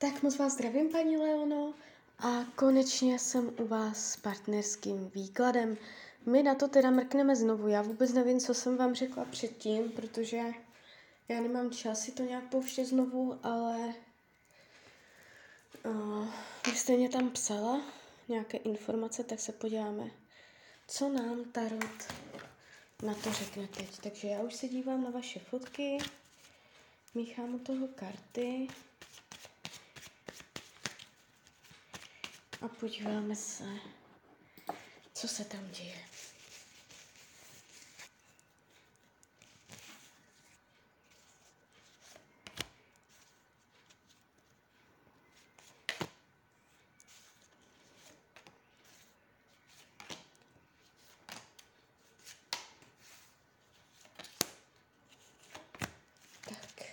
Tak moc vás zdravím, paní Leono, a konečně jsem u vás s partnerským výkladem. My na to teda mrkneme znovu. Já vůbec nevím, co jsem vám řekla předtím, protože já nemám čas si to nějak pouštět znovu, ale vy jste mě tam psala nějaké informace, tak se podíváme, co nám Tarot na to řekne teď. Takže já už se dívám na vaše fotky, míchám u toho karty a podíváme se, co se tam děje. Tak.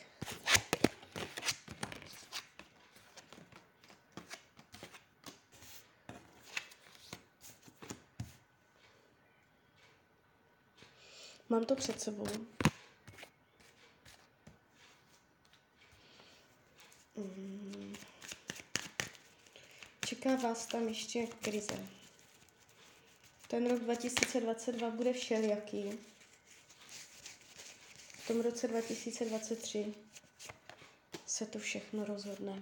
Mám to před sebou. Čeká vás tam ještě krize. Ten rok 2022 bude všelijaký. V tom roce 2023 se to všechno rozhodne.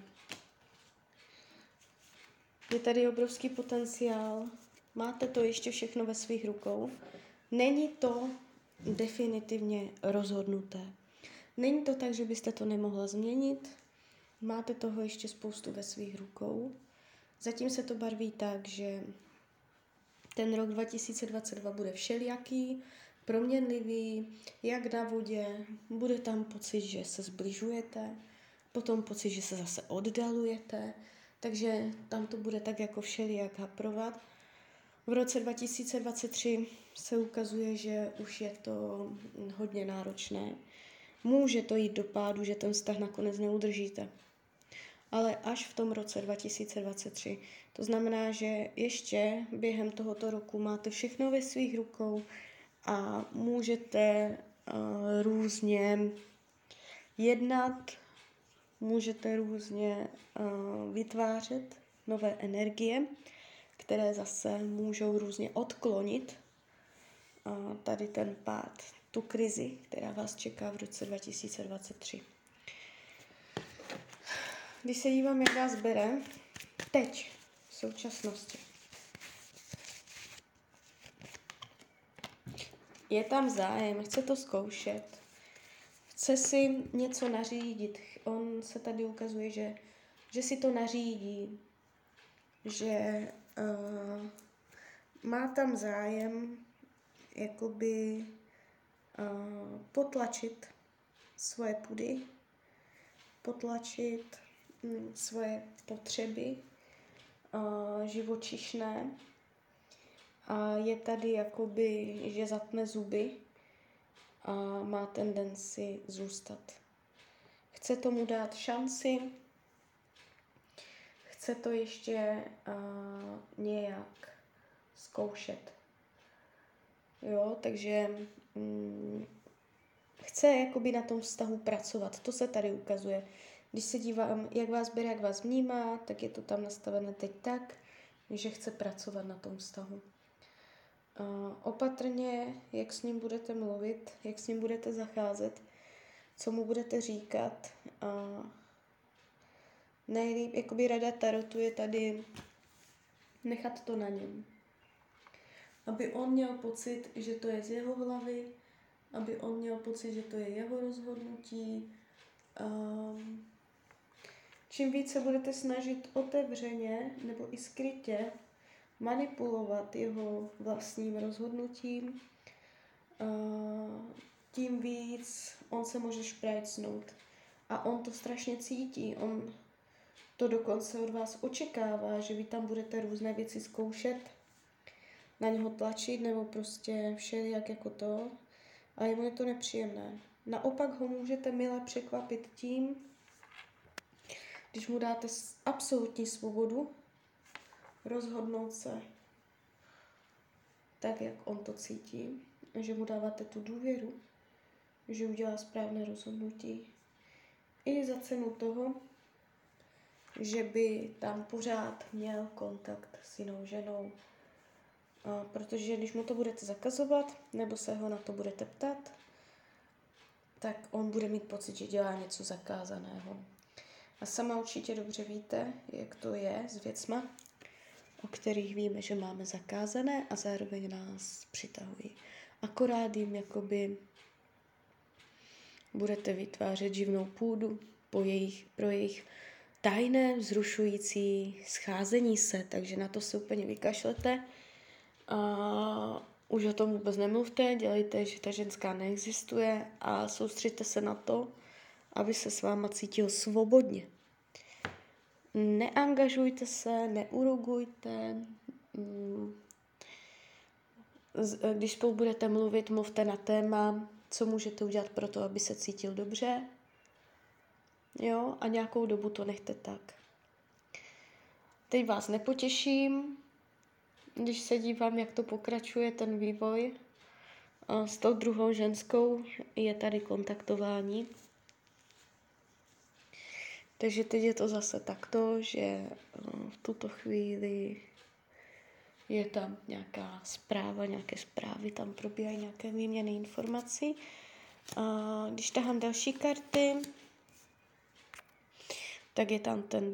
Je tady obrovský potenciál. Máte to ještě všechno ve svých rukou. Není to definitivně rozhodnuté. Není to tak, že byste to nemohla změnit. Máte toho ještě spoustu ve svých rukou. Zatím se to barví tak, že ten rok 2022 bude všelijaký, proměnlivý, jak na vodě. Bude tam pocit, že se zbližujete, potom pocit, že se zase oddalujete, takže tam to bude tak jako všelijak haprovat. V roce 2023 se ukazuje, že už je to hodně náročné. Může to jít do pádu, že ten vztah nakonec neudržíte. Ale až v tom roce 2023. To znamená, že ještě během tohoto roku máte všechno ve svých rukou a můžete různě jednat, můžete různě vytvářet nové energie, které zase můžou různě odklonit tady ten pád, tu krizi, která vás čeká v roce 2023. Když se dívám, jak vás bere, teď, v současnosti. Je tam zájem, chce to zkoušet, chce si něco nařídit. On se tady ukazuje, že si to nařídí, že má tam zájem jakoby potlačit svoje pudy, potlačit svoje potřeby živočišné a je tady jakoby, že zatne zuby a má tendenci zůstat. Chce tomu dát šanci, chce to ještě nějak zkoušet. Jo, takže chce jakoby na tom vztahu pracovat. To se tady ukazuje. Když se dívám, jak vás bere, jak vás vnímá, tak je to tam nastavené teď tak, že chce pracovat na tom vztahu. Opatrně, jak s ním budete mluvit, jak s ním budete zacházet, co mu budete říkat. Nejlíp, jakoby rada Tarotu je tady nechat to na něm. Aby on měl pocit, že to je z jeho hlavy, aby on měl pocit, že to je jeho rozhodnutí. Čím více budete snažit otevřeně nebo i skrytě manipulovat jeho vlastním rozhodnutím, tím víc on se může šprajcnout. A on to strašně cítí. On to dokonce od vás očekává, že vy tam budete různé věci zkoušet, na něho tlačit nebo prostě všelijak jako to. A jemu je to nepříjemné. Naopak ho můžete mile překvapit tím, když mu dáte absolutní svobodu, rozhodnout se tak, jak on to cítí, že mu dáváte tu důvěru, že udělá správné rozhodnutí. I za cenu toho, že by tam pořád měl kontakt s jinou ženou. Protože když mu to budete zakazovat, nebo se ho na to budete ptat, tak on bude mít pocit, že dělá něco zakázaného. A sama určitě dobře víte, jak to je s věcma, o kterých víme, že máme zakázané a zároveň nás přitahují. Akorát jim jakoby budete vytvářet živnou půdu pro jejich tajné vzrušující scházení se, takže na to se úplně vykašlete. A už o tom vůbec nemluvte, dělejte, že ta ženská neexistuje a soustřeďte se na to, aby se s váma cítil svobodně. Neangažujte se, neurugujte. Když spolu budete mluvit, mluvte na téma, co můžete udělat pro to, aby se cítil dobře. Jo, a nějakou dobu to nechte tak. Teď vás nepotěším, když se dívám, jak to pokračuje, ten vývoj. S tou druhou ženskou je tady kontaktování. Takže teď je to zase takto, že v tuto chvíli je tam nějaká zpráva, nějaké zprávy, tam probíhají nějaké výměny informací. Když tahám další karty, tak je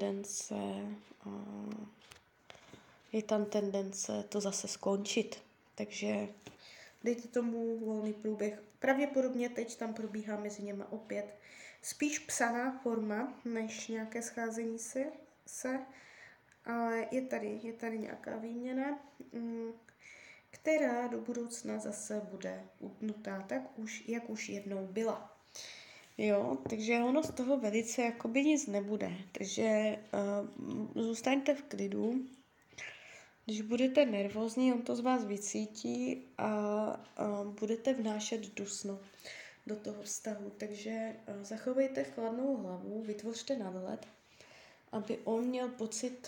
tam tendence to zase skončit. Takže dejte tomu volný průběh. Pravděpodobně teď tam probíhá mezi něma opět spíš psaná forma, než nějaké scházení se. Ale je tady nějaká výměna, která do budoucna zase bude utnutá, jak už jednou byla. Jo, takže ono z toho velice jakoby nic nebude. Takže zůstaňte v klidu. Když budete nervózní, on to z vás vycítí a budete vnášet dusno do toho vztahu. Takže zachovejte chladnou hlavu, vytvořte nadhled, aby on měl pocit,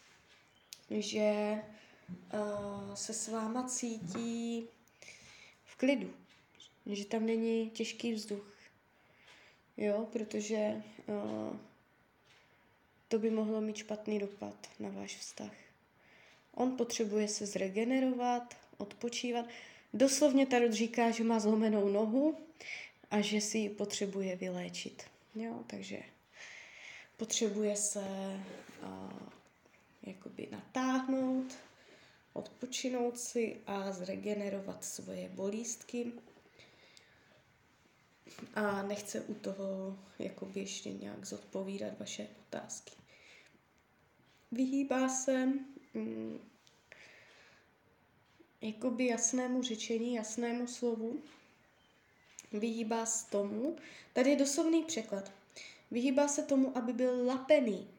že se s váma cítí v klidu, že tam není těžký vzduch. Jo, protože to by mohlo mít špatný dopad na váš vztah. On potřebuje se zregenerovat, odpočívat. Doslovně tarot říká, že má zlomenou nohu a že si ji potřebuje vyléčit. Jo, takže potřebuje se jakoby natáhnout, odpočinout si a zregenerovat svoje bolístky. A nechce u toho jakoby ještě nějak zodpovídat vaše otázky. Vyhýbá se jakoby jasnému řečení, jasnému slovu. Vyhýbá se tomu, tady je doslovný překlad, vyhýbá se tomu, aby byl lapený.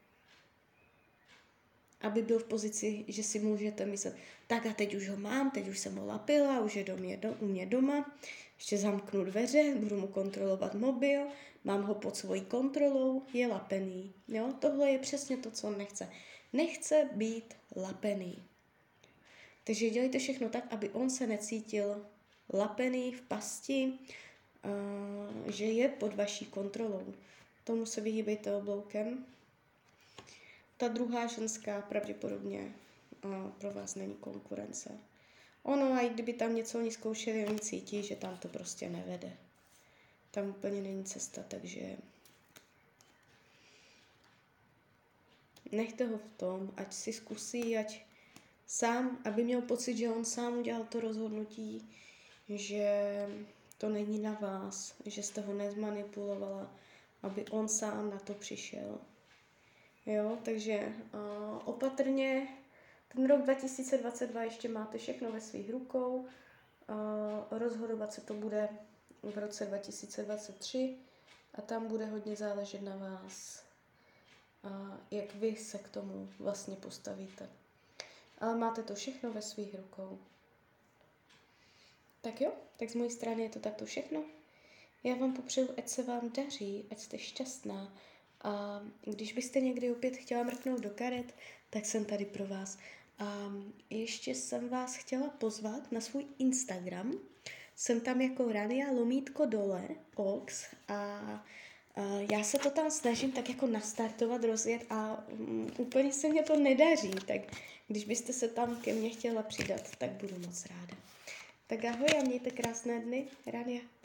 Aby byl v pozici, že si můžete myslet, tak a teď už ho mám, teď už jsem ho lapila, už je u mě doma, ještě zamknu dveře, budu mu kontrolovat mobil, mám ho pod svojí kontrolou, je lapený. Jo? Tohle je přesně to, co on nechce. Nechce být lapený. Takže dělejte všechno tak, aby on se necítil lapený v pasti, že je pod vaší kontrolou. Tomu se vyhýbejte obloukem. Ta druhá ženská pravděpodobně pro vás není konkurence. Ono, a i kdyby tam něco oni zkoušeli, oni cítí, že tam to prostě nevede. Tam úplně není cesta, takže nechte ho v tom, ať si zkusí, ať sám, aby měl pocit, že on sám udělal to rozhodnutí, že to není na vás, že jste ho nezmanipulovala, aby on sám na to přišel. Jo, takže opatrně, ten rok 2022 ještě máte všechno ve svých rukou, rozhodovat se to bude v roce 2023 a tam bude hodně záležet na vás, jak vy se k tomu vlastně postavíte. Ale máte to všechno ve svých rukou. Tak jo, tak z mojí strany je to takto všechno. Já vám popřeju, ať se vám daří, ať jste šťastná. A když byste někdy opět chtěla mrknout do karet, tak jsem tady pro vás. A ještě jsem vás chtěla pozvat na svůj Instagram. Jsem tam jako Rania _Ox a Já se to tam snažím tak jako nastartovat, rozjet a úplně se mě to nedaří, tak když byste se tam ke mně chtěla přidat, tak budu moc ráda. Tak ahoj a mějte krásné dny, Rania.